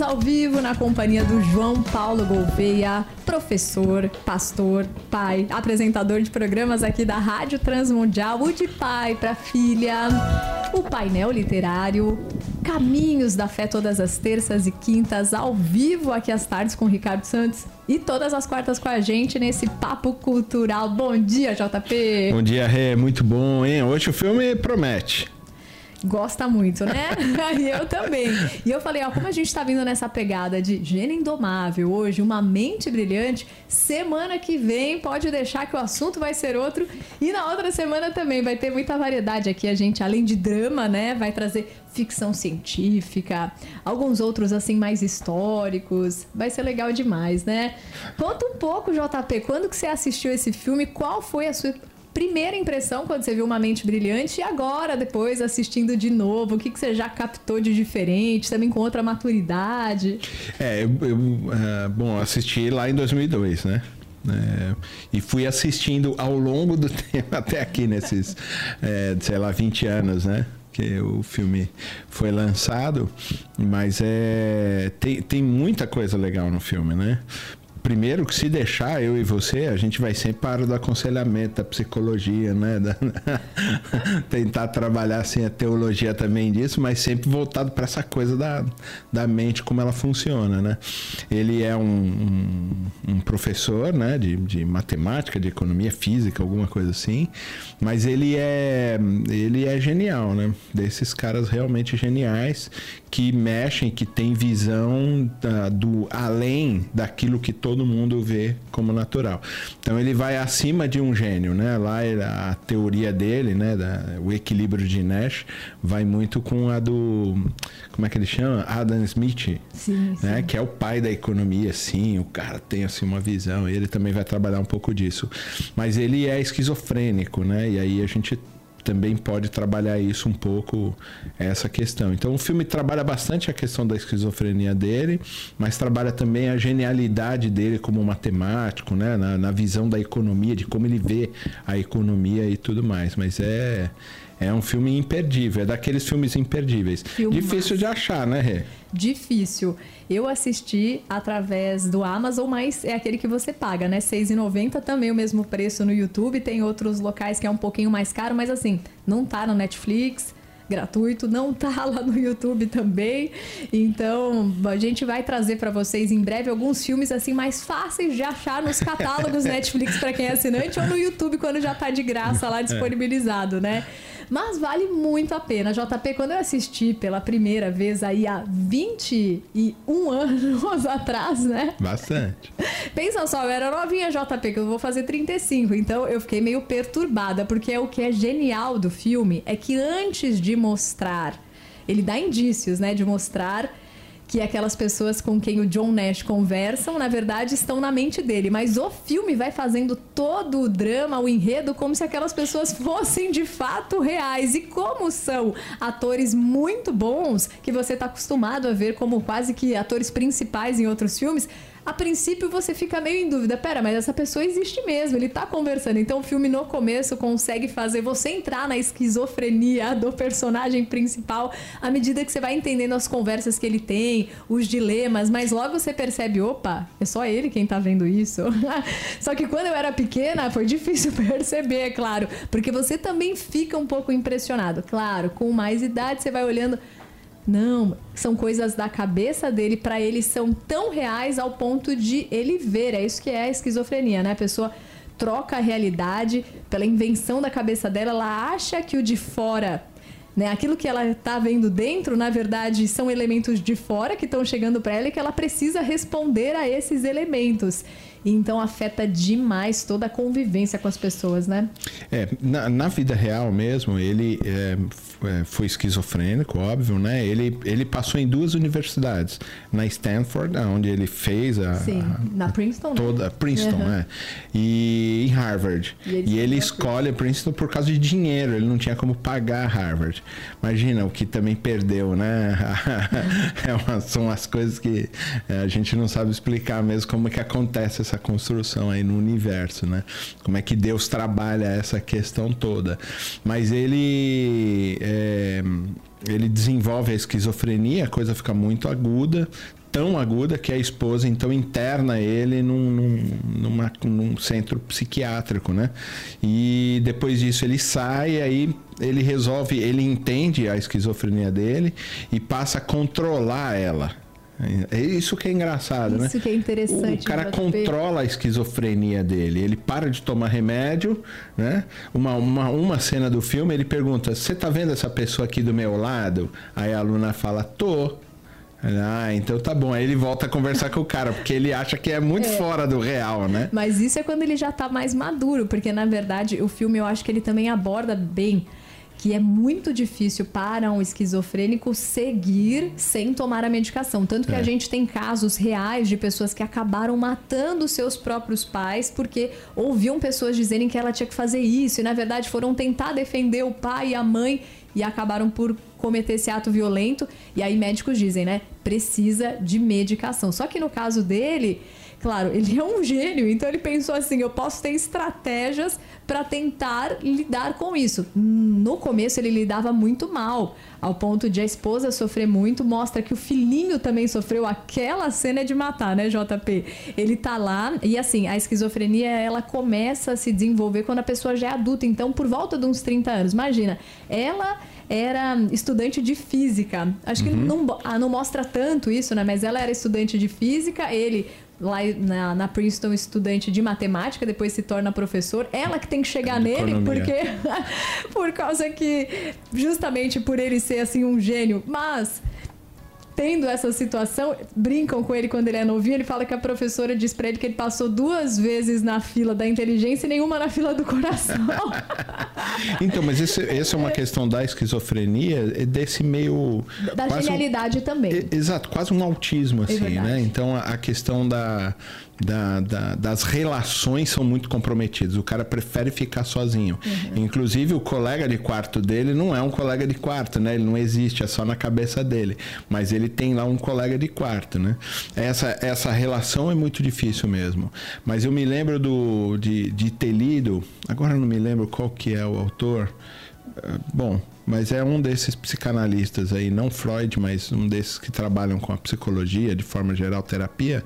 ao vivo na companhia do João Paulo Gouveia, professor, pastor, pai, apresentador de programas aqui da Rádio Transmundial, o de pai para filha, o painel literário, Caminhos da Fé todas as terças e quintas, ao vivo aqui às tardes com o Ricardo Santos e todas as quartas com a gente nesse Papo Cultural. Bom dia, JP! Bom dia, Rê. Muito bom, hein? Hoje o filme promete. Gosta muito, né? E eu também. E eu falei, ó, como a gente tá vindo nessa pegada de Gênio Indomável hoje, uma mente brilhante, semana que vem pode deixar que o assunto vai ser outro. E na outra semana também vai ter muita variedade aqui. A gente, além de drama, né, vai trazer ficção científica, alguns outros, assim, mais históricos. Vai ser legal demais, né? Conta um pouco, JP, quando que você assistiu esse filme? Qual foi a sua primeira impressão quando você viu Uma Mente Brilhante e agora, depois, assistindo de novo? O que você já captou de diferente, também com outra maturidade? Bom, assisti lá em 2002, né? E fui assistindo ao longo do tempo, até aqui nesses, 20 anos, né? Que o filme foi lançado, mas tem muita coisa legal no filme, né? Primeiro, que se deixar, eu e você, a gente vai sempre para do aconselhamento, da psicologia, né? Tentar trabalhar assim, a teologia também disso, mas sempre voltado para essa coisa da mente, como ela funciona, né? Ele é um professor, né? De matemática, de economia, física, alguma coisa assim, mas ele é genial, né? Desses caras realmente geniais que mexem, que têm visão do além daquilo que todo mundo vê como natural. Então ele vai acima de um gênio, né? Lá a teoria dele, né? O equilíbrio de Nash vai muito com a do, como é que ele chama? Adam Smith, sim, né? sim. Que é o pai da economia, sim. O cara tem assim uma visão. Ele também vai trabalhar um pouco disso. Mas ele é esquizofrênico, né? E aí a gente também pode trabalhar isso um pouco, essa questão. Então o filme trabalha bastante a questão da esquizofrenia dele, mas trabalha também a genialidade dele como matemático, né? Na visão da economia, de como ele vê a economia e tudo mais. Mas é um filme imperdível, é daqueles filmes imperdíveis. Difícil de achar, né, Rê? Difícil. Eu assisti através do Amazon, mas é aquele que você paga, né? R$6,90, também o mesmo preço no YouTube. Tem outros locais que é um pouquinho mais caro, mas assim, não tá no Netflix, gratuito, não tá lá no YouTube também. Então, a gente vai trazer para vocês em breve alguns filmes assim mais fáceis de achar nos catálogos Netflix para quem é assinante ou no YouTube quando já tá de graça lá disponibilizado, né? Mas vale muito a pena. JP, quando eu assisti pela primeira vez aí há 21 anos atrás, né? Bastante. Pensa só, eu era novinha, JP, que eu vou fazer 35, então eu fiquei meio perturbada, porque o que é genial do filme é que antes de mostrar, ele dá indícios, né, de mostrar que aquelas pessoas com quem o John Nash conversam, na verdade, estão na mente dele. Mas o filme vai fazendo todo o drama, o enredo, como se aquelas pessoas fossem de fato reais. E como são atores muito bons, que você está acostumado a ver como quase que atores principais em outros filmes, a princípio você fica meio em dúvida. Pera, mas essa pessoa existe mesmo, ele tá conversando. Então o filme no começo consegue fazer você entrar na esquizofrenia do personagem principal à medida que você vai entendendo as conversas que ele tem, os dilemas, mas logo você percebe, opa, é só ele quem tá vendo isso. Só que quando eu era pequena foi difícil perceber, é claro, porque você também fica um pouco impressionado. Claro, com mais idade você vai olhando, não, são coisas da cabeça dele, para ele são tão reais ao ponto de ele ver. É isso que é a esquizofrenia, né? A pessoa troca a realidade pela invenção da cabeça dela, ela acha que o de fora, né, aquilo que ela tá vendo dentro, na verdade, são elementos de fora que estão chegando para ela e que ela precisa responder a esses elementos. Então afeta demais toda a convivência com as pessoas, né? Na vida real mesmo, ele foi esquizofrênico, óbvio, né? Ele passou em 2 universidades. Na Stanford, onde ele fez na Princeton, toda, né? Princeton, né? E em Harvard. E ele escolhe Princeton por causa de dinheiro. Ele não tinha como pagar Harvard. Imagina o que também perdeu, né? São as coisas que a gente não sabe explicar mesmo, como é que acontece essa construção aí no universo, né? Como é que Deus trabalha essa questão toda. Mas ele desenvolve a esquizofrenia, a coisa fica muito aguda, tão aguda que a esposa então interna ele num centro psiquiátrico, né? E depois disso ele sai, aí ele resolve, ele entende a esquizofrenia dele e passa a controlar ela. É isso que é engraçado, né? Isso que é interessante. O cara controla a esquizofrenia dele. Ele para de tomar remédio, né? Uma cena do filme, ele pergunta: você tá vendo essa pessoa aqui do meu lado? Aí a aluna fala: tô. Ah, então tá bom. Aí ele volta a conversar com o cara, porque ele acha que é muito fora do real, né? Mas isso é quando ele já tá mais maduro, porque na verdade o filme eu acho que ele também aborda bem que é muito difícil para um esquizofrênico seguir sem tomar a medicação. Tanto que a gente tem casos reais de pessoas que acabaram matando seus próprios pais porque ouviam pessoas dizerem que ela tinha que fazer isso e, na verdade, foram tentar defender o pai e a mãe e acabaram por cometer esse ato violento. E aí médicos dizem, né, precisa de medicação. Só que no caso dele, claro, ele é um gênio, então ele pensou assim, eu posso ter estratégias para tentar lidar com isso. No começo ele lidava muito mal, ao ponto de a esposa sofrer muito, mostra que o filhinho também sofreu. Aquela cena de matar, né, JP? Ele tá lá e assim, a esquizofrenia ela começa a se desenvolver quando a pessoa já é adulta, então por volta de uns 30 anos. Imagina, ela era estudante de física, acho que não mostra tanto isso, né, mas ela era estudante de física, ele lá na Princeton, estudante de matemática, depois se torna professor. Ela que tem que chegar nele, porque por causa que, justamente por ele ser assim um gênio, mas tendo essa situação, brincam com ele quando ele é novinho, ele fala que a professora diz pra ele que ele passou 2 vezes na fila da inteligência e nenhuma na fila do coração. Então, mas essa é uma questão da esquizofrenia, desse meio... Da genialidade também. Exato, quase um autismo, assim, né? Então, a questão das relações são muito comprometidas. O cara prefere ficar sozinho. Inclusive, o colega de quarto dele não é um colega de quarto, né? Ele não existe, é só na cabeça dele. Mas ele tem lá um colega de quarto, né? Essa relação é muito difícil mesmo. Mas eu me lembro de ter lido, agora eu não me lembro qual que é o autor. Bom, mas é um desses psicanalistas aí, não Freud, mas um desses que trabalham com a psicologia, de forma geral, terapia.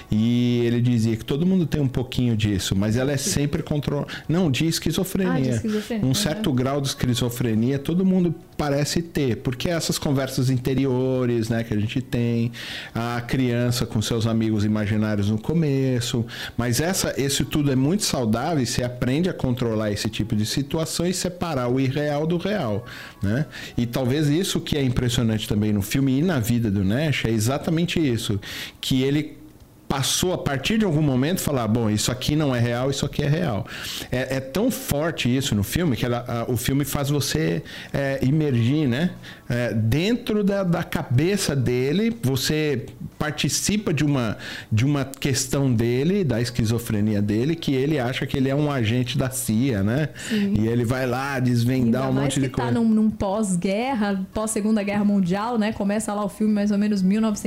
E ele dizia que todo mundo tem um pouquinho disso, mas ela é sempre de esquizofrenia. De esquizofrenia. Um certo grau de esquizofrenia todo mundo parece ter, porque essas conversas interiores, né, que a gente tem, a criança com seus amigos imaginários no começo, mas esse tudo é muito saudável e você aprende a controlar esse tipo de situação e separar o irreal do real, né? E talvez isso que é impressionante também no filme e na vida do Nash é exatamente isso, que ele passou a partir de algum momento a falar, bom, isso aqui não é real, isso aqui é real. É tão forte isso no filme que o filme faz você imergir, né? Dentro da cabeça dele, você participa de uma questão dele, da esquizofrenia dele, que ele acha que ele é um agente da CIA, né? Sim. E ele vai lá desvendar um monte de coisa. Ainda mais que tá num pós-guerra, pós-Segunda Guerra Mundial, né? Começa lá o filme mais ou menos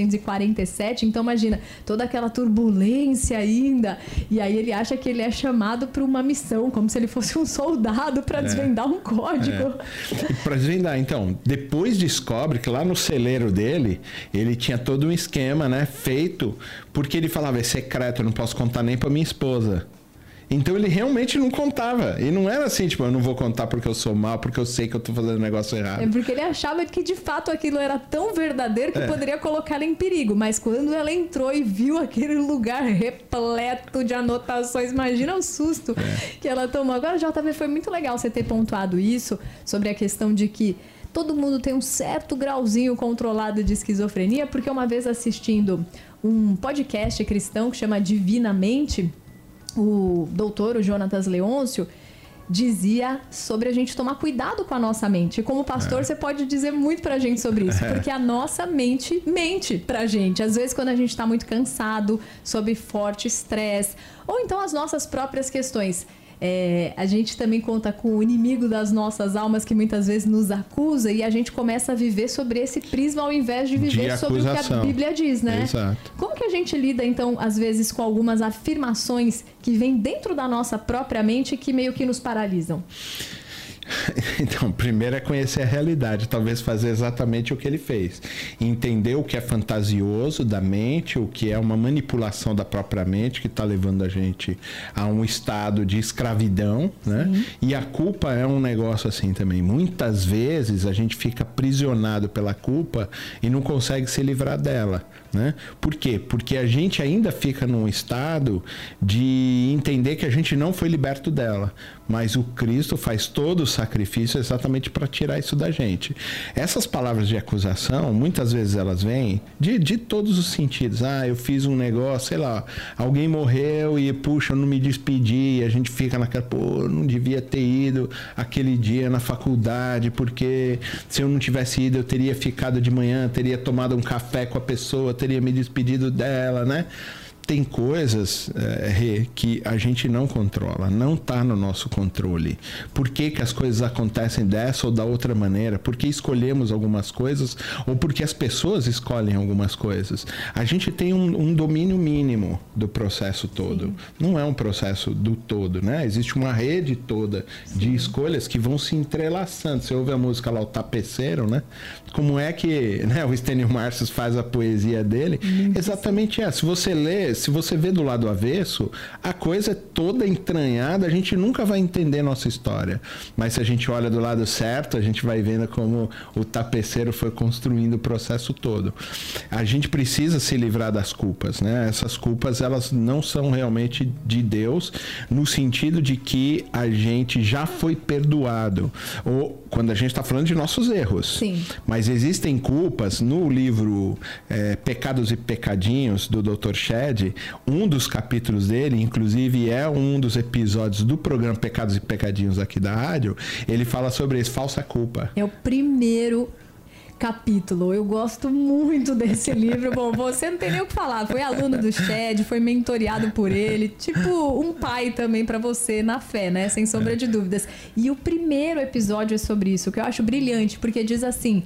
1947, então imagina, toda aquela turbulência ainda, e aí ele acha que ele é chamado para uma missão, como se ele fosse um soldado para desvendar um código. E para desvendar, então, depois descobre que lá no celeiro dele, ele tinha todo um esquema, né, feito, porque ele falava, é secreto, eu não posso contar nem para minha esposa. Então ele realmente não contava. E não era assim, tipo, eu não vou contar porque eu sou mal, porque eu sei que eu tô fazendo um negócio errado. É porque ele achava que de fato aquilo era tão verdadeiro que poderia colocar ela em perigo. Mas quando ela entrou e viu aquele lugar repleto de anotações, imagina o susto que ela tomou. Agora, JV, foi muito legal você ter pontuado isso, sobre a questão de que todo mundo tem um certo grauzinho controlado de esquizofrenia, porque uma vez assistindo um podcast cristão que chama Divinamente, o doutor, o Jonatas Leôncio, dizia sobre a gente tomar cuidado com a nossa mente. E como pastor, você pode dizer muito pra gente sobre isso, porque a nossa mente mente pra gente. Às vezes, quando a gente tá muito cansado, sob forte estresse, ou então as nossas próprias questões. A gente também conta com o inimigo das nossas almas que muitas vezes nos acusa e a gente começa a viver sobre esse prisma ao invés de viver sobre o que a Bíblia diz, né? Exato. Como que a gente lida, então, às vezes com algumas afirmações que vêm dentro da nossa própria mente que meio que nos paralisam? Então, primeiro é conhecer a realidade, talvez fazer exatamente o que ele fez. Entender o que é fantasioso da mente, o que é uma manipulação da própria mente, que está levando a gente a um estado de escravidão, né? E a culpa é um negócio assim também. Muitas vezes a gente fica aprisionado pela culpa e não consegue se livrar dela, né? Por quê? Porque a gente ainda fica num estado de entender que a gente não foi liberto dela, mas o Cristo faz todo o sacrifício exatamente para tirar isso da gente. Essas palavras de acusação, muitas vezes elas vêm de todos os sentidos. Ah, eu fiz um negócio, sei lá, alguém morreu e, puxa, eu não me despedi, e a gente fica naquela, pô, eu não devia ter ido aquele dia na faculdade, porque se eu não tivesse ido, eu teria ficado de manhã, teria tomado um café com a pessoa, teria me despedido dela, né? Tem coisas que a gente não controla, não está no nosso controle. Por que que as coisas acontecem dessa ou da outra maneira? Por que escolhemos algumas coisas ou porque as pessoas escolhem algumas coisas? A gente tem um domínio mínimo do processo todo. Sim. Não é um processo do todo, né? Existe uma rede toda de escolhas que vão se entrelaçando. Você ouve a música lá, o Tapeceiro, né? Como é que, né, o Estênio Marcius faz a poesia dele? Exatamente essa. Se você lê, se você vê do lado avesso, a coisa é toda entranhada, a gente nunca vai entender nossa história. Mas se a gente olha do lado certo, a gente vai vendo como o tapeceiro foi construindo o processo todo. A gente precisa se livrar das culpas, né? Essas culpas, elas não são realmente de Deus, no sentido de que a gente já foi perdoado. Ou quando a gente está falando de nossos erros. Sim. Mas existem culpas no livro Pecados e Pecadinhos, do Dr. Shedd. Um dos capítulos dele, inclusive é um dos episódios do programa Pecados e Pecadinhos aqui da rádio, ele fala sobre isso, falsa culpa. É o primeiro capítulo. Eu gosto muito desse livro. Bom, você não tem nem o que falar. Foi aluno do Shedd, foi mentoreado por ele. Tipo, um pai também pra você na fé, né? Sem sombra de dúvidas. E o primeiro episódio é sobre isso, que eu acho brilhante, porque diz assim: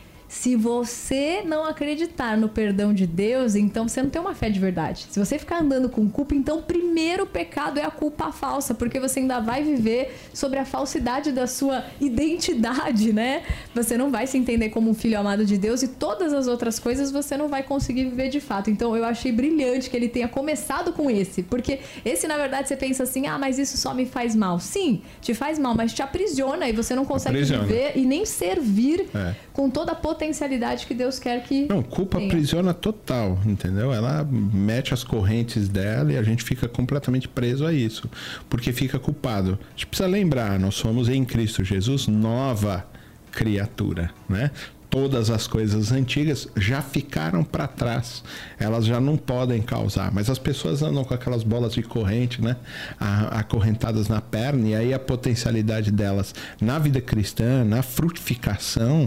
se você não acreditar no perdão de Deus, então você não tem uma fé de verdade. Se você ficar andando com culpa, então o primeiro pecado é a culpa falsa, porque você ainda vai viver sobre a falsidade da sua identidade, né? Você não vai se entender como um filho amado de Deus e todas as outras coisas você não vai conseguir viver de fato. Então eu achei brilhante que ele tenha começado com esse, porque esse, na verdade, você pensa assim, ah, mas isso só me faz mal. Sim, te faz mal, mas te aprisiona e você não consegue viver e nem servir com toda a potencialidade que Deus quer que não, culpa tenha. Aprisiona total, entendeu? Ela mete as correntes dela e a gente fica completamente preso a isso, porque fica culpado. A gente precisa lembrar, nós somos em Cristo Jesus nova criatura, né? Todas as coisas antigas já ficaram para trás. Elas já não podem causar. Mas as pessoas andam com aquelas bolas de corrente, né? Acorrentadas na perna. E aí a potencialidade delas na vida cristã, na frutificação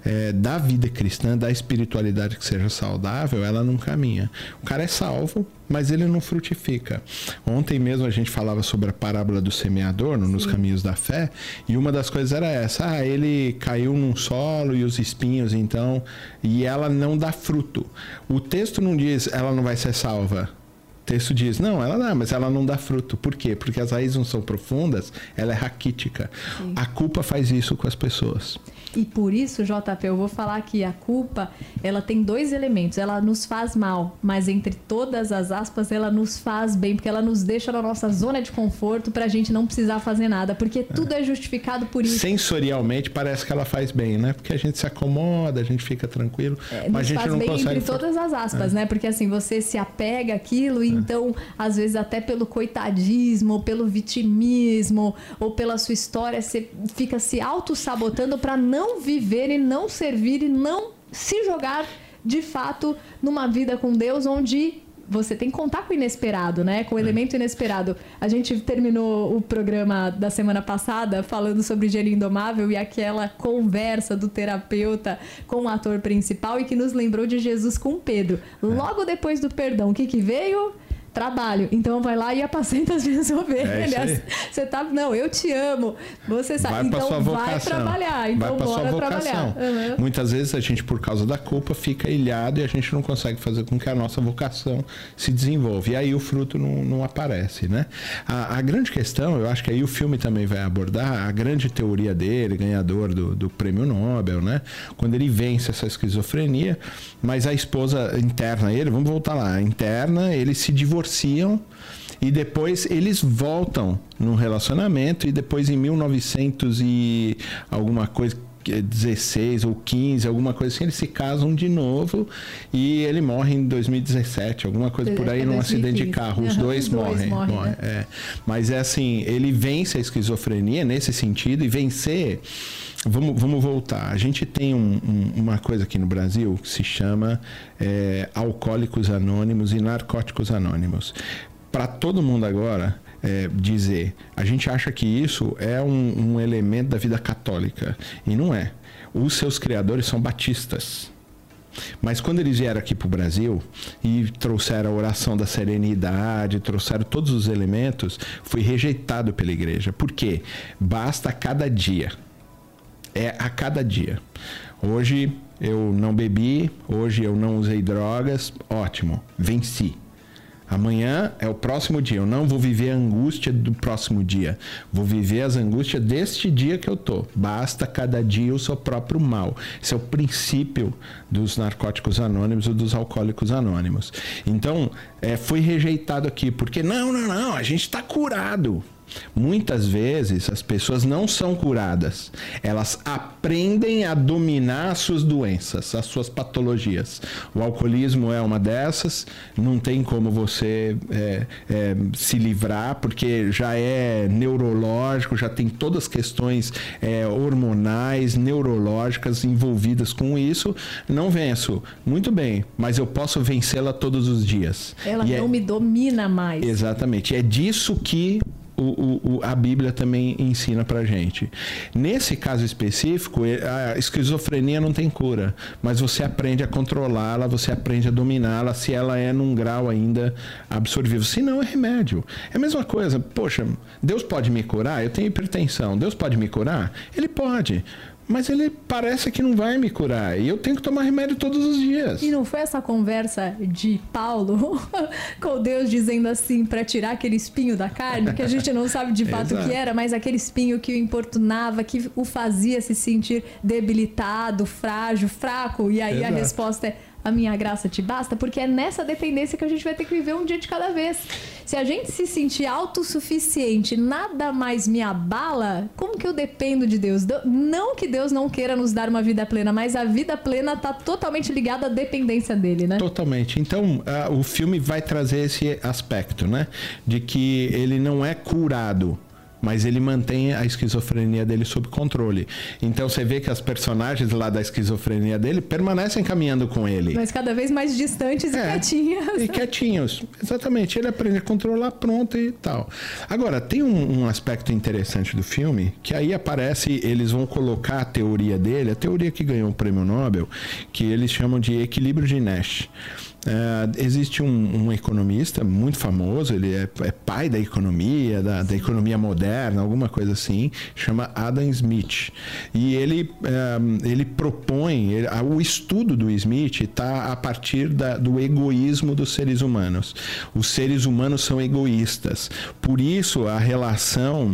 da vida cristã, da espiritualidade que seja saudável, ela não caminha. O cara é salvo, mas ele não frutifica. Ontem mesmo a gente falava sobre a parábola do semeador, nos caminhos da fé, e uma das coisas era essa, ele caiu num solo e os espinhos, então, e ela não dá fruto. O texto não diz, ela não vai ser salva. O texto diz, não, ela dá, mas ela não dá fruto. Por quê? Porque as raízes não são profundas, ela é raquítica. Sim. A culpa faz isso com as pessoas. E por isso, JP, eu vou falar que a culpa, ela tem dois elementos. Ela nos faz mal, mas entre todas as aspas, ela nos faz bem, porque ela nos deixa na nossa zona de conforto pra gente não precisar fazer nada, porque tudo é justificado por isso. Sensorialmente parece que ela faz bem, né? Porque a gente se acomoda, a gente fica tranquilo, mas a gente não consegue... Nos faz bem entre todas as aspas, né? Porque assim, você se apega àquilo e então, às vezes até pelo coitadismo, ou pelo vitimismo, ou pela sua história, você fica se auto-sabotando pra não viver e não servir e não se jogar de fato numa vida com Deus onde você tem que contar com o inesperado, né? Com o elemento inesperado. A gente terminou o programa da semana passada falando sobre Gênio Indomável e aquela conversa do terapeuta com o ator principal e que nos lembrou de Jesus com Pedro. Logo depois do perdão, o que veio? trabalho. Então vai lá e apacenta as minhas ovelhas. Você tá, não, eu te amo. Você sabe. Vai então sua vai trabalhar. Então bora trabalhar. Uhum. Muitas vezes a gente, por causa da culpa, fica ilhado e a gente não consegue fazer com que a nossa vocação se desenvolva. E aí o fruto não aparece, né? A grande questão, eu acho que aí o filme também vai abordar a grande teoria dele, ganhador do prêmio Nobel, né? Quando ele vence essa esquizofrenia, mas a esposa interna ele, vamos voltar lá, interna, eles se divorciam e depois eles voltam no relacionamento e depois em 1900 e alguma coisa, 16 ou 15, alguma coisa assim, eles se casam de novo e ele morre em 2017, alguma coisa por aí, num acidente de carro. Os dois morrem. Né? É. Mas é assim, ele vence a esquizofrenia nesse sentido e vencer... Vamos voltar. A gente tem uma coisa aqui no Brasil que se chama Alcoólicos Anônimos e Narcóticos Anônimos. Para todo mundo agora dizer, a gente acha que isso é um elemento da vida católica. E não é. Os seus criadores são batistas. Mas quando eles vieram aqui para o Brasil e trouxeram a oração da serenidade, trouxeram todos os elementos, foi rejeitado pela igreja. Por quê? Basta a cada dia. É a cada dia. Hoje eu não bebi, hoje eu não usei drogas, ótimo, venci. Amanhã é o próximo dia, eu não vou viver a angústia do próximo dia, vou viver as angústias deste dia que eu tô. Basta cada dia o seu próprio mal. Esse é o princípio dos narcóticos anônimos ou dos alcoólicos anônimos. Então, foi rejeitado aqui, porque não, a gente está curado. Muitas vezes as pessoas não são curadas, elas aprendem a dominar as suas doenças, as suas patologias. O alcoolismo é uma dessas, não tem como você se livrar, porque já é neurológico, já tem todas as questões hormonais, neurológicas envolvidas com isso. Não venço, muito bem, mas eu posso vencê-la todos os dias. Ela não me domina mais. Exatamente, é disso que a Bíblia também ensina pra gente. Nesse caso específico, a esquizofrenia não tem cura, mas você aprende a controlá-la, você aprende a dominá-la se ela é num grau ainda absorvível. Se não, é remédio. É a mesma coisa. Poxa, Deus pode me curar? Eu tenho hipertensão. Deus pode me curar? Ele pode. Mas ele parece que não vai me curar. E eu tenho que tomar remédio todos os dias. E não foi essa conversa de Paulo com Deus dizendo assim, para tirar aquele espinho da carne, que a gente não sabe de fato o que era, mas aquele espinho que o importunava, que o fazia se sentir debilitado, frágil, fraco. E aí a resposta é: a minha graça te basta, porque é nessa dependência que a gente vai ter que viver um dia de cada vez. Se a gente se sentir autossuficiente, nada mais me abala, como que eu dependo de Deus? Não que Deus não queira nos dar uma vida plena, mas a vida plena está totalmente ligada à dependência dele, né? Totalmente. Então, o filme vai trazer esse aspecto, né? De que ele não é curado, mas ele mantém a esquizofrenia dele sob controle. Então você vê que as personagens lá da esquizofrenia dele permanecem caminhando com ele. Mas cada vez mais distantes e quietinhas. E quietinhos, exatamente. Ele aprende a controlar, pronto e tal. Agora, tem um aspecto interessante do filme, que aí aparece, eles vão colocar a teoria dele, a teoria que ganhou o prêmio Nobel, que eles chamam de equilíbrio de Nash. Existe um economista muito famoso, ele é pai da economia, da economia moderna, alguma coisa assim, chama Adam Smith. E ele propõe, o estudo do Smith está a partir do egoísmo dos seres humanos. Os seres humanos são egoístas. Por isso, a relação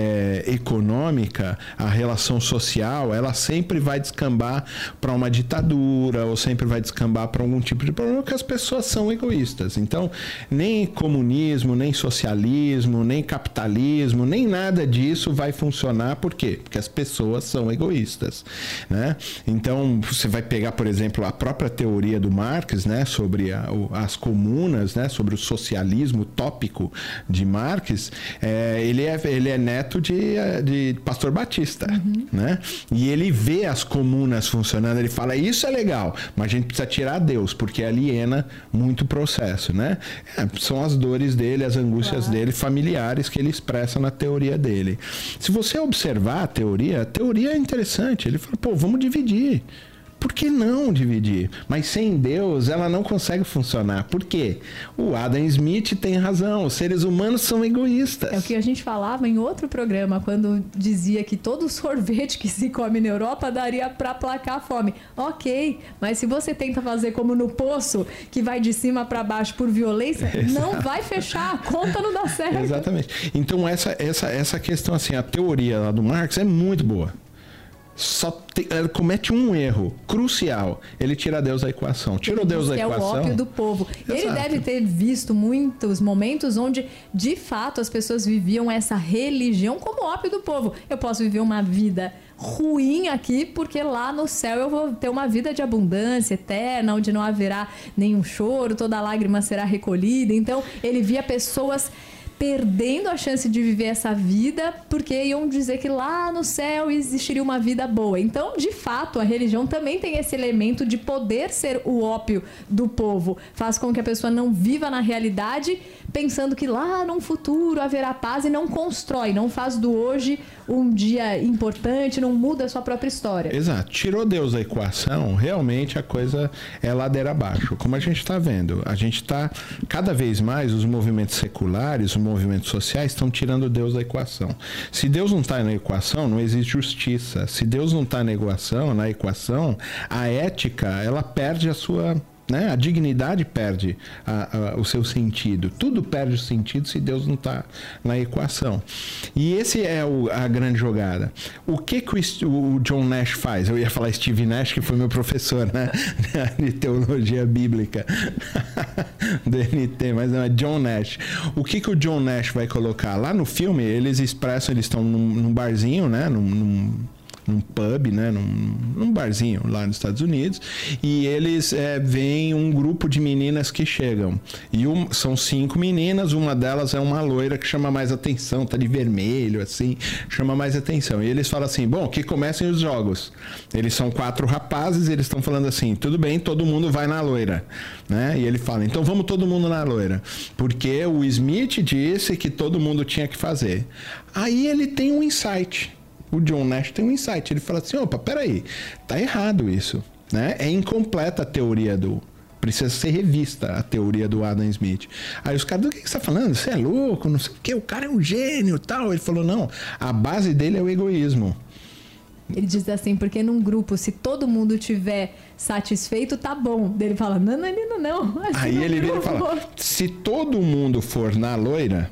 econômica, a relação social, ela sempre vai descambar para uma ditadura ou sempre vai descambar para algum tipo de problema, porque as pessoas são egoístas. Então, nem comunismo, nem socialismo, nem capitalismo, nem nada disso vai funcionar. Por quê? Porque as pessoas são egoístas, né? Então, você vai pegar, por exemplo, a própria teoria do Marx, né, sobre as comunas, né, sobre o socialismo utópico de Marx. Ele é neto de pastor Batista, né? E ele vê as comunas funcionando, ele fala, isso é legal, mas a gente precisa tirar Deus, porque aliena muito processo, né? São as dores dele, as angústias dele, familiares, que ele expressa na teoria dele. Se você observar a teoria é interessante. Ele fala, vamos dividir. Por que não dividir? Mas sem Deus, ela não consegue funcionar. Por quê? O Adam Smith tem razão. Os seres humanos são egoístas. É o que a gente falava em outro programa, quando dizia que todo sorvete que se come na Europa daria para aplacar a fome. Ok, mas se você tenta fazer como no Poço, que vai de cima para baixo por violência, não vai fechar. A conta não dá certo. Exatamente. Então, essa questão, assim, a teoria lá do Marx é muito boa. Ele comete um erro crucial. Ele tira Deus da equação. Tirou Deus da equação. É o ópio do povo. Exato. Ele deve ter visto muitos momentos onde, de fato, as pessoas viviam essa religião como ópio do povo. Eu posso viver uma vida ruim aqui, porque lá no céu eu vou ter uma vida de abundância eterna, onde não haverá nenhum choro, toda lágrima será recolhida. Então, ele via pessoas perdendo a chance de viver essa vida, porque iam dizer que lá no céu existiria uma vida boa. Então, de fato, a religião também tem esse elemento de poder ser o ópio do povo. Faz com que a pessoa não viva na realidade, pensando que lá num futuro haverá paz, e não constrói, não faz do hoje um dia importante, não muda a sua própria história. Exato. Tirou Deus da equação, realmente a coisa é ladeira abaixo. Como a gente está vendo, a gente está, cada vez mais, os movimentos seculares, os movimentos sociais estão tirando Deus da equação. Se Deus não está na equação, não existe justiça. Se Deus não está na equação, a ética, ela perde a sua... A dignidade perde o seu sentido. Tudo perde o sentido se Deus não está na equação. E esse é a grande jogada. O que o John Nash faz? Eu ia falar Steve Nash, que foi meu professor, né? De teologia bíblica do NT, mas não, é John Nash. O que o John Nash vai colocar? Lá no filme, eles expressam, eles estão num barzinho, né? Num pub, né? Num barzinho lá nos Estados Unidos, e eles veem um grupo de meninas que chegam, e são 5 meninas, uma delas é uma loira que chama mais atenção, tá de vermelho, assim, chama mais atenção, e eles falam assim, bom, que comecem os jogos. Eles são 4 rapazes, eles estão falando assim, tudo bem, todo mundo vai na loira, né? E ele fala, então vamos todo mundo na loira, porque o Smith disse que todo mundo tinha que fazer. Aí ele tem um insight. O John Nash tem um insight. Ele fala assim, opa, peraí, tá errado isso, né? É incompleta a teoria precisa ser revista a teoria do Adam Smith. Aí os caras, do que você tá falando? Você é louco, não sei o quê, o cara é um gênio, tal. Ele falou, não, a base dele é o egoísmo. Ele diz assim, porque num grupo, se todo mundo tiver satisfeito, tá bom. Ele fala, não. Assim, aí ele vira e fala, se todo mundo for na loira,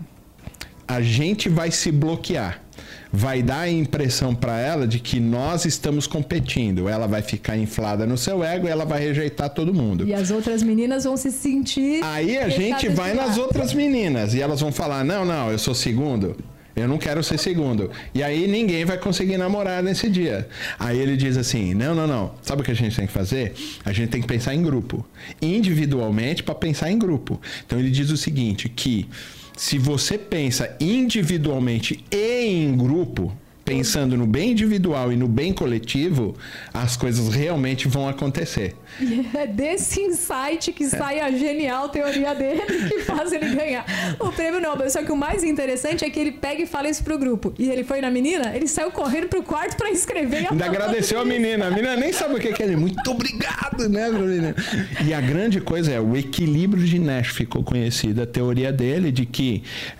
a gente vai se bloquear. Vai dar a impressão para ela de que nós estamos competindo. Ela vai ficar inflada no seu ego e ela vai rejeitar todo mundo. E as outras meninas vão se sentir... Aí a gente vai nas outras meninas e elas vão falar, não, eu sou segundo. Eu não quero ser segundo. E aí ninguém vai conseguir namorar nesse dia. Aí ele diz assim, não. Sabe o que a gente tem que fazer? A gente tem que pensar em grupo. Individualmente para pensar em grupo. Então ele diz o seguinte, que... se você pensa individualmente e em grupo, pensando no bem individual e no bem coletivo, as coisas realmente vão acontecer. E é desse insight que sai a genial teoria dele, que faz ele ganhar o prêmio Nobel. Só que o mais interessante é que ele pega e fala isso pro grupo. E ele foi na menina, ele saiu correndo pro quarto pra escrever. Ainda agradeceu a menina nem sabe o que é. Muito obrigado, né, menina? E a grande coisa é, o equilíbrio de Nash ficou conhecida, a teoria dele de que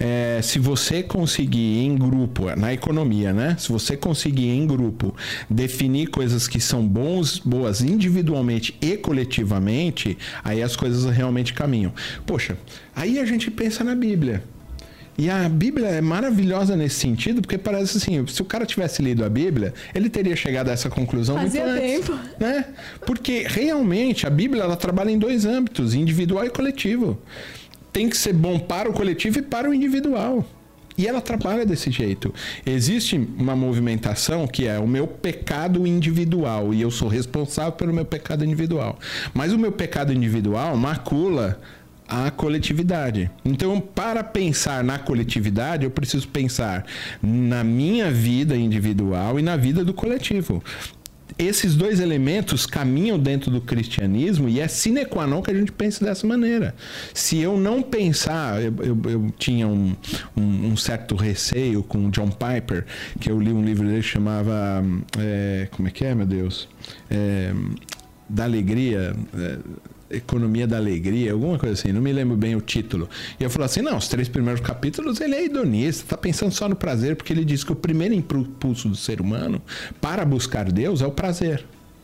se você conseguir em grupo, na economia, né? Se você conseguir em grupo definir coisas que são boas individualmente e coletivamente, aí as coisas realmente caminham. Poxa, aí a gente pensa na Bíblia. E a Bíblia é maravilhosa nesse sentido, porque parece assim, se o cara tivesse lido a Bíblia, ele teria chegado a essa conclusão muito antes. Né? Porque realmente a Bíblia ela trabalha em 2 âmbitos, individual e coletivo. Tem que ser bom para o coletivo e para o individual. E ela trabalha desse jeito. Existe uma movimentação que é o meu pecado individual, e eu sou responsável pelo meu pecado individual. Mas o meu pecado individual macula a coletividade. Então, para pensar na coletividade, eu preciso pensar na minha vida individual e na vida do coletivo. esses dois elementos caminham dentro do cristianismo e é sine qua non que a gente pense dessa maneira. Se eu não pensar... Eu tinha um certo receio com John Piper, que eu li um livro dele que chamava... como é que é, meu Deus? Da alegria... Economia da Alegria, alguma coisa assim, não me lembro bem o título. E eu falo assim, não, os 3 primeiros capítulos ele é hedonista, está pensando só no prazer, porque ele diz que o primeiro impulso do ser humano para buscar Deus é o prazer.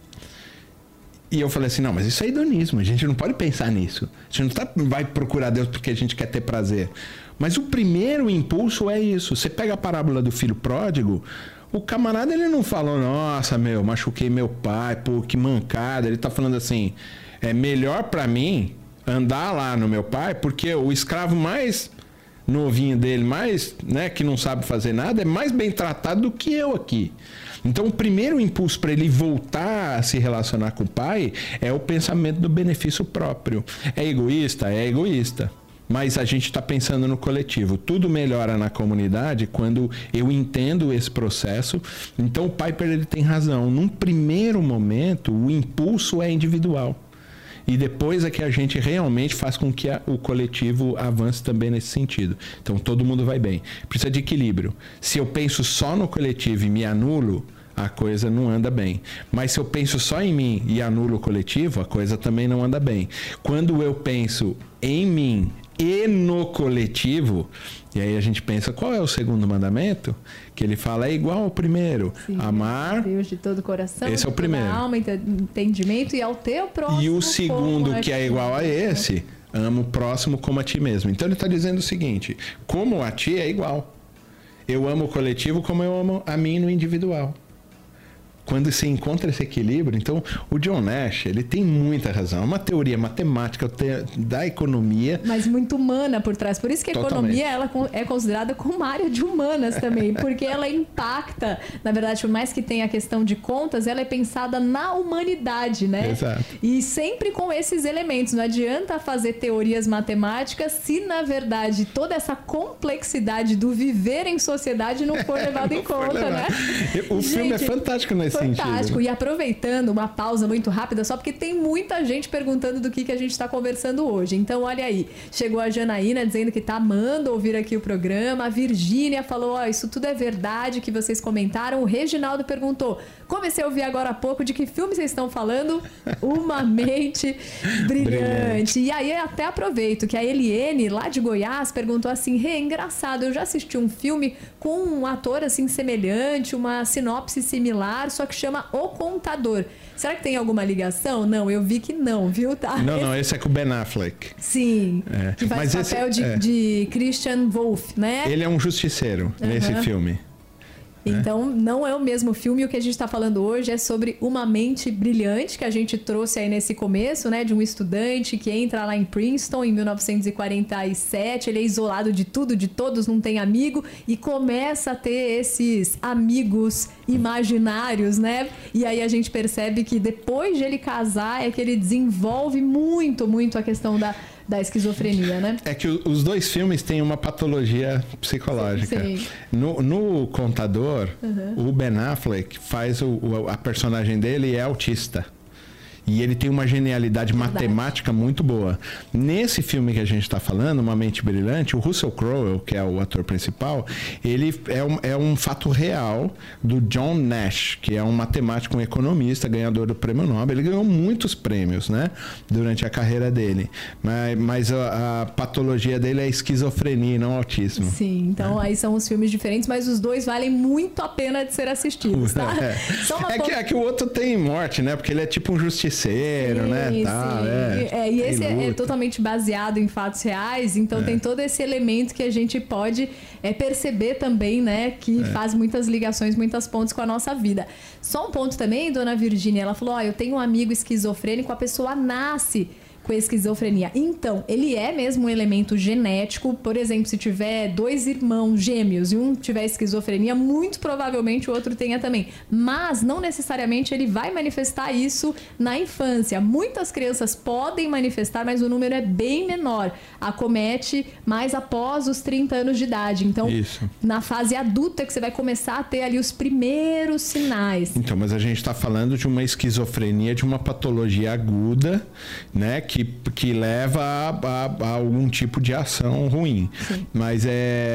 E eu falei assim, não, mas isso é hedonismo, a gente não pode pensar nisso. A gente não vai procurar Deus porque a gente quer ter prazer. Mas o primeiro impulso é isso. Você pega a parábola do filho pródigo, o camarada ele não falou, nossa, machuquei meu pai, pô, que mancada. Ele tá falando assim... É melhor para mim andar lá no meu pai, porque o escravo mais novinho dele, mais, né, que não sabe fazer nada, é mais bem tratado do que eu aqui. Então, o primeiro impulso para ele voltar a se relacionar com o pai é o pensamento do benefício próprio. É egoísta? É egoísta. Mas a gente está pensando no coletivo. Tudo melhora na comunidade quando eu entendo esse processo. Então, o Piper ele tem razão. Num primeiro momento, o impulso é individual. E depois é que a gente realmente faz com que o coletivo avance também nesse sentido. Então, todo mundo vai bem. Precisa de equilíbrio. Se eu penso só no coletivo e me anulo, a coisa não anda bem. Mas se eu penso só em mim e anulo o coletivo, a coisa também não anda bem. Quando eu penso em mim e no coletivo, e aí a gente pensa, qual é o segundo mandamento? Que ele fala, é igual ao primeiro. Sim, amar Deus de todo o coração, esse é o primeiro. Alma, entendimento e ao teu próximo. E o segundo, que é igual a esse, ama o próximo como a ti mesmo. Então ele está dizendo o seguinte, como a ti é igual. Eu amo o coletivo como eu amo a mim no individual. Quando se encontra esse equilíbrio, então o John Nash, ele tem muita razão. É uma teoria matemática da economia. Mas muito humana por trás. Por isso que a economia ela é considerada como uma área de humanas também. Porque ela impacta, na verdade, por mais que tenha a questão de contas, ela é pensada na humanidade, né? Exato. E sempre com esses elementos. Não adianta fazer teorias matemáticas se, na verdade, toda essa complexidade do viver em sociedade não for levada em conta, né? O filme é fantástico nesse fantástico. sentido, né? E aproveitando uma pausa muito rápida, só porque tem muita gente perguntando do que a gente está conversando hoje. Então, olha aí. Chegou a Janaína dizendo que tá amando ouvir aqui o programa. A Virgínia falou, isso tudo é verdade que vocês comentaram. O Reginaldo perguntou, comecei a ouvir agora há pouco, de que filme vocês estão falando? Uma Mente Brilhante. E aí, até aproveito que a Eliene, lá de Goiás, perguntou assim, engraçado, eu já assisti um filme com um ator assim semelhante, uma sinopse similar, só que chama O Contador. Será que tem alguma ligação? Não, eu vi que não, viu? Tá? Não, esse é com o Ben Affleck. Sim, que faz papel de Christian Wolff, né? Ele é um justiceiro nesse filme. Então, não é o mesmo filme. O que a gente está falando hoje é sobre Uma Mente Brilhante, que a gente trouxe aí nesse começo, né? De um estudante que entra lá em Princeton em 1947. Ele é isolado de tudo, de todos, não tem amigo. E começa a ter esses amigos imaginários, né? E aí a gente percebe que depois de ele casar é que ele desenvolve muito, muito a questão da esquizofrenia, né? É que os dois filmes têm uma patologia psicológica. Sim. No Contador, o Ben Affleck faz a personagem dele é autista. E ele tem uma genialidade matemática muito boa. Nesse filme que a gente está falando, Uma Mente Brilhante, o Russell Crowe, que é o ator principal, ele é um fato real do John Nash, que é um matemático, um economista, ganhador do Prêmio Nobel. Ele ganhou muitos prêmios, né, durante a carreira dele. Mas a patologia dele é esquizofrenia e não autismo. Sim, então aí são os filmes diferentes, mas os dois valem muito a pena de ser assistidos, tá? É que o outro tem morte, né? Porque ele é tipo um justiceiro. Né? E esse é totalmente baseado em fatos reais, então tem todo esse elemento que a gente pode perceber também, né? Que faz muitas ligações, muitas pontes com a nossa vida. Só um ponto também, dona Virgínia, ela falou, eu tenho um amigo esquizofrênico, a pessoa nasce com esquizofrenia. Então, ele é mesmo um elemento genético. Por exemplo, se tiver 2 irmãos gêmeos e um tiver esquizofrenia, muito provavelmente o outro tenha também. Mas não necessariamente ele vai manifestar isso na infância. Muitas crianças podem manifestar, mas o número é bem menor. Acomete mais após os 30 anos de idade. Então, na fase adulta que você vai começar a ter ali os primeiros sinais. Então, mas a gente está falando de uma esquizofrenia, de uma patologia aguda, né? Que leva a algum tipo de ação ruim. Sim. Mas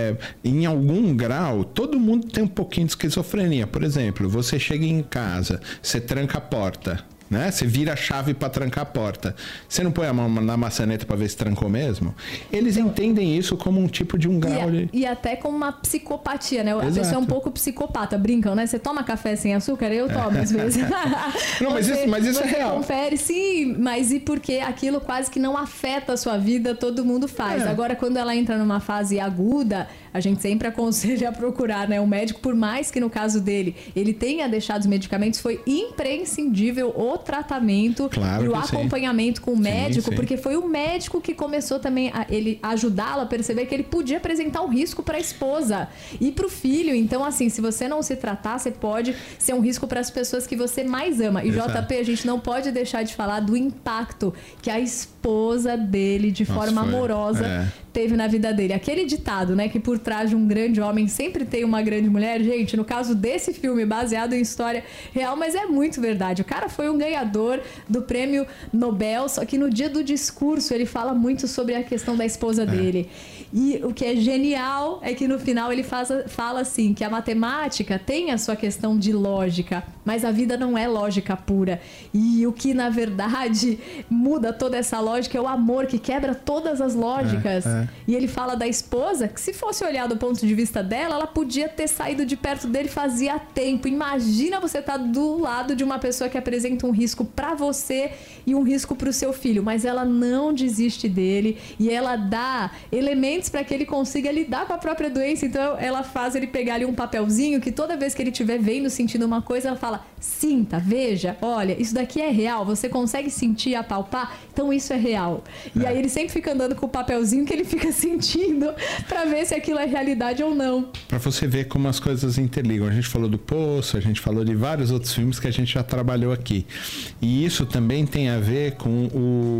em algum grau, todo mundo tem um pouquinho de esquizofrenia. Por exemplo, você chega em casa, você tranca a porta, né? Você vira a chave para trancar a porta. Você não põe a mão na maçaneta para ver se trancou mesmo? Eles entendem isso como um tipo de um grau e até como uma psicopatia, né? A Exato. pessoa é um pouco psicopata, brincam, né? Você toma café sem açúcar? Eu tomo às vezes. Não, mas isso é real. Confere, sim, mas e porque aquilo quase que não afeta a sua vida, todo mundo faz. Agora, quando ela entra numa fase aguda, a gente sempre aconselha a procurar, né, um médico, por mais que no caso dele ele tenha deixado os medicamentos, foi imprescindível o tratamento e o acompanhamento com o médico, porque foi o médico que começou também a ele ajudá-lo a perceber que ele podia apresentar um risco para a esposa e para o filho. Então, assim, se você não se tratar, você pode ser um risco para as pessoas que você mais ama. E JP, a gente não pode deixar de falar do impacto que a esposa dele, de forma amorosa, teve na vida dele. Aquele ditado, né, que por trás de um grande homem sempre tem uma grande mulher. Gente, no caso desse filme, baseado em história real, mas é muito verdade. O cara foi um ganhador do prêmio Nobel, só que no dia do discurso ele fala muito sobre a questão da esposa dele. E o que é genial é que no final ele fala assim, que a matemática tem a sua questão de lógica, mas a vida não é lógica pura. E o que, na verdade, muda toda essa lógica é o amor, que quebra todas as lógicas. E ele fala da esposa, que se fosse olhar do ponto de vista dela, ela podia ter saído de perto dele fazia tempo. Imagina você estar do lado de uma pessoa que apresenta um risco para você e um risco para o seu filho, mas ela não desiste dele e ela dá elementos para que ele consiga lidar com a própria doença. Então ela faz ele pegar ali um papelzinho que toda vez que ele estiver vendo, sentindo uma coisa, ela fala: sinta, veja, olha, isso daqui é real, você consegue sentir, apalpar, então isso é real. E aí ele sempre fica andando com o papelzinho que ele fica sentindo para ver se aquilo é realidade ou não. Para você ver como as coisas interligam. A gente falou do Poço, a gente falou de vários outros filmes que a gente já trabalhou aqui. E isso também tem a ver com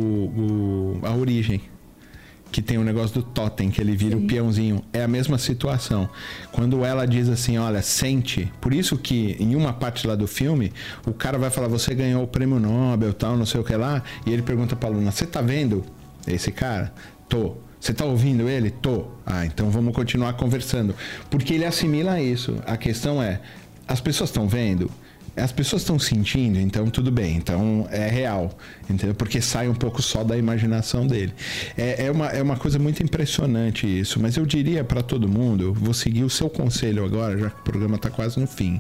a origem. Que tem o negócio do totem, que ele vira o peãozinho. É a mesma situação. Quando ela diz assim, olha, sente. Por isso que em uma parte lá do filme, o cara vai falar, você ganhou o prêmio Nobel, tal, não sei o que lá. E ele pergunta pra aluna, você tá vendo esse cara? Tô. Você tá ouvindo ele? Tô. Ah, então vamos continuar conversando. Porque ele assimila isso. A questão é, as pessoas estão vendo? As pessoas estão sentindo, então tudo bem, então é real, entendeu? Porque sai um pouco só da imaginação dele. É uma coisa muito impressionante isso, mas eu diria para todo mundo, eu vou seguir o seu conselho agora, já que o programa está quase no fim.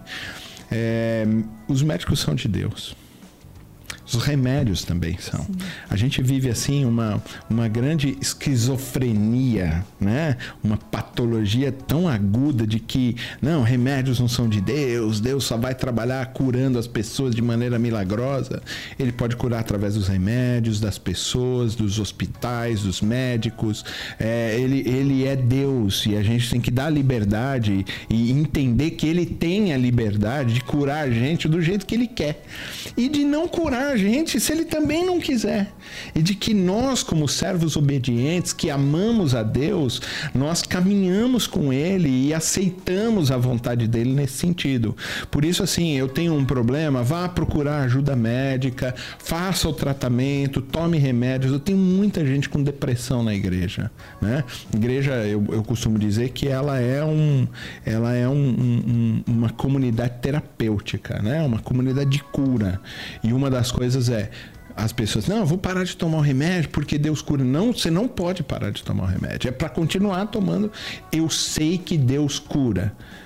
Os médicos são de Deus. Os remédios também são. Sim. A gente vive assim uma grande esquizofrenia, né? Uma patologia tão aguda de que, não, remédios não são de Deus, Deus só vai trabalhar curando as pessoas de maneira milagrosa. Ele pode curar através dos remédios, das pessoas, dos hospitais, dos médicos. Ele é Deus e a gente tem que dar liberdade e entender que ele tem a liberdade de curar a gente do jeito que ele quer. E de não curar a gente se ele também não quiser. E de que nós, como servos obedientes, que amamos a Deus, nós caminhamos com ele e aceitamos a vontade dele nesse sentido. Por isso, assim, eu tenho um problema, vá procurar ajuda médica, faça o tratamento, tome remédios. Eu tenho muita gente com depressão na igreja, né? Igreja, eu costumo dizer que ela é uma comunidade terapêutica, né? Uma comunidade de cura. E uma das coisas as pessoas, não, eu vou parar de tomar o remédio porque Deus cura. Não, você não pode parar de tomar o remédio. É para continuar tomando. Eu sei que Deus cura.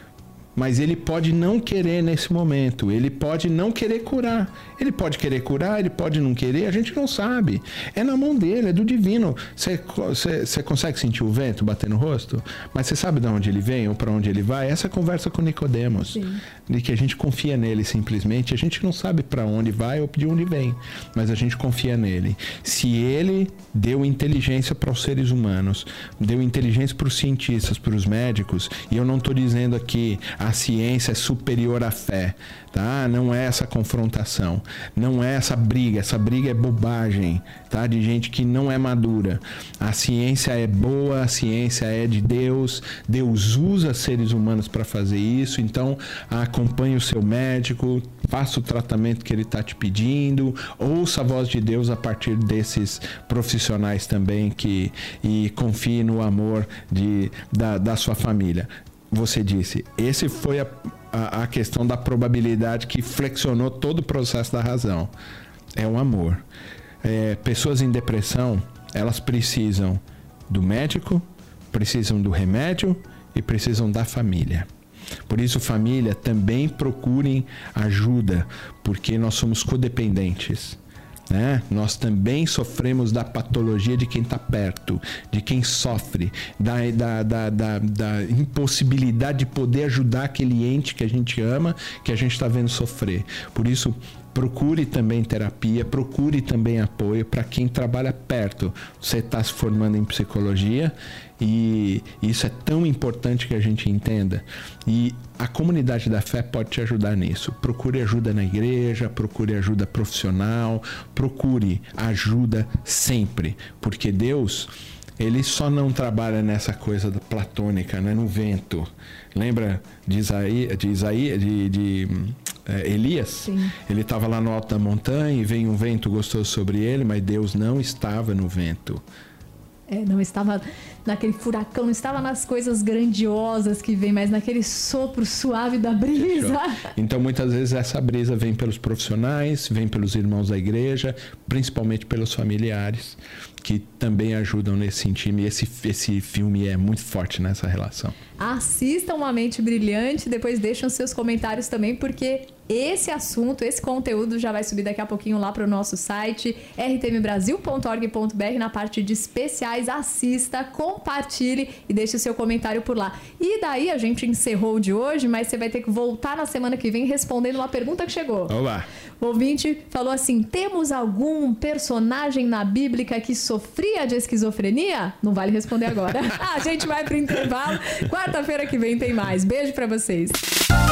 Mas ele pode não querer nesse momento, ele pode não querer curar, ele pode querer curar, ele pode não querer, a gente não sabe. É na mão dele, é do divino. Você consegue sentir o vento bater no rosto? Mas você sabe de onde ele vem ou para onde ele vai? Essa conversa com Nicodemos, de que a gente confia nele simplesmente, a gente não sabe para onde vai ou de onde vem, mas a gente confia nele. Se ele deu inteligência para os seres humanos, deu inteligência para os cientistas, para os médicos, e eu não estou dizendo aqui a ciência é superior à fé, tá? Não é essa confrontação, não é essa briga é bobagem, tá? De gente que não é madura. A ciência é boa, a ciência é de Deus, Deus usa seres humanos para fazer isso, então acompanhe o seu médico, faça o tratamento que ele está te pedindo, ouça a voz de Deus a partir desses profissionais também e confie no amor da sua família. Você disse, esse foi a questão da probabilidade que flexionou todo o processo da razão. É o amor. Pessoas em depressão, elas precisam do médico, precisam do remédio e precisam da família. Por isso, família, também procurem ajuda, porque nós somos codependentes. Nós também sofremos da patologia de quem está perto, de quem sofre, da impossibilidade de poder ajudar aquele ente que a gente ama, que a gente está vendo sofrer. Por isso, procure também terapia, procure também apoio para quem trabalha perto. Você está se formando em psicologia e isso é tão importante que a gente entenda. E a comunidade da fé pode te ajudar nisso. Procure ajuda na igreja, procure ajuda profissional, procure ajuda sempre. Porque Deus, ele só não trabalha nessa coisa platônica, né? No vento. Lembra de Elias? Sim. Ele estava lá no alto da montanha e veio um vento gostoso sobre ele, mas Deus não estava no vento. Não estava naquele furacão, não estava nas coisas grandiosas que vem, mas naquele sopro suave da brisa. Então, muitas vezes, essa brisa vem pelos profissionais, vem pelos irmãos da igreja, principalmente pelos familiares, que também ajudam nesse sentido. E esse filme é muito forte nessa relação. Assistam Uma Mente Brilhante, depois deixam seus comentários também, porque esse assunto, esse conteúdo já vai subir daqui a pouquinho lá para o nosso site, rtmbrasil.org.br, na parte de especiais. Assista, compartilhe e deixe o seu comentário por lá. E daí a gente encerrou o de hoje, mas você vai ter que voltar na semana que vem respondendo uma pergunta que chegou. Olá! O ouvinte falou assim: temos algum personagem na Bíblia que sofria de esquizofrenia? Não vale responder agora. A gente vai pro intervalo. Quarta-feira que vem tem mais. Beijo pra vocês.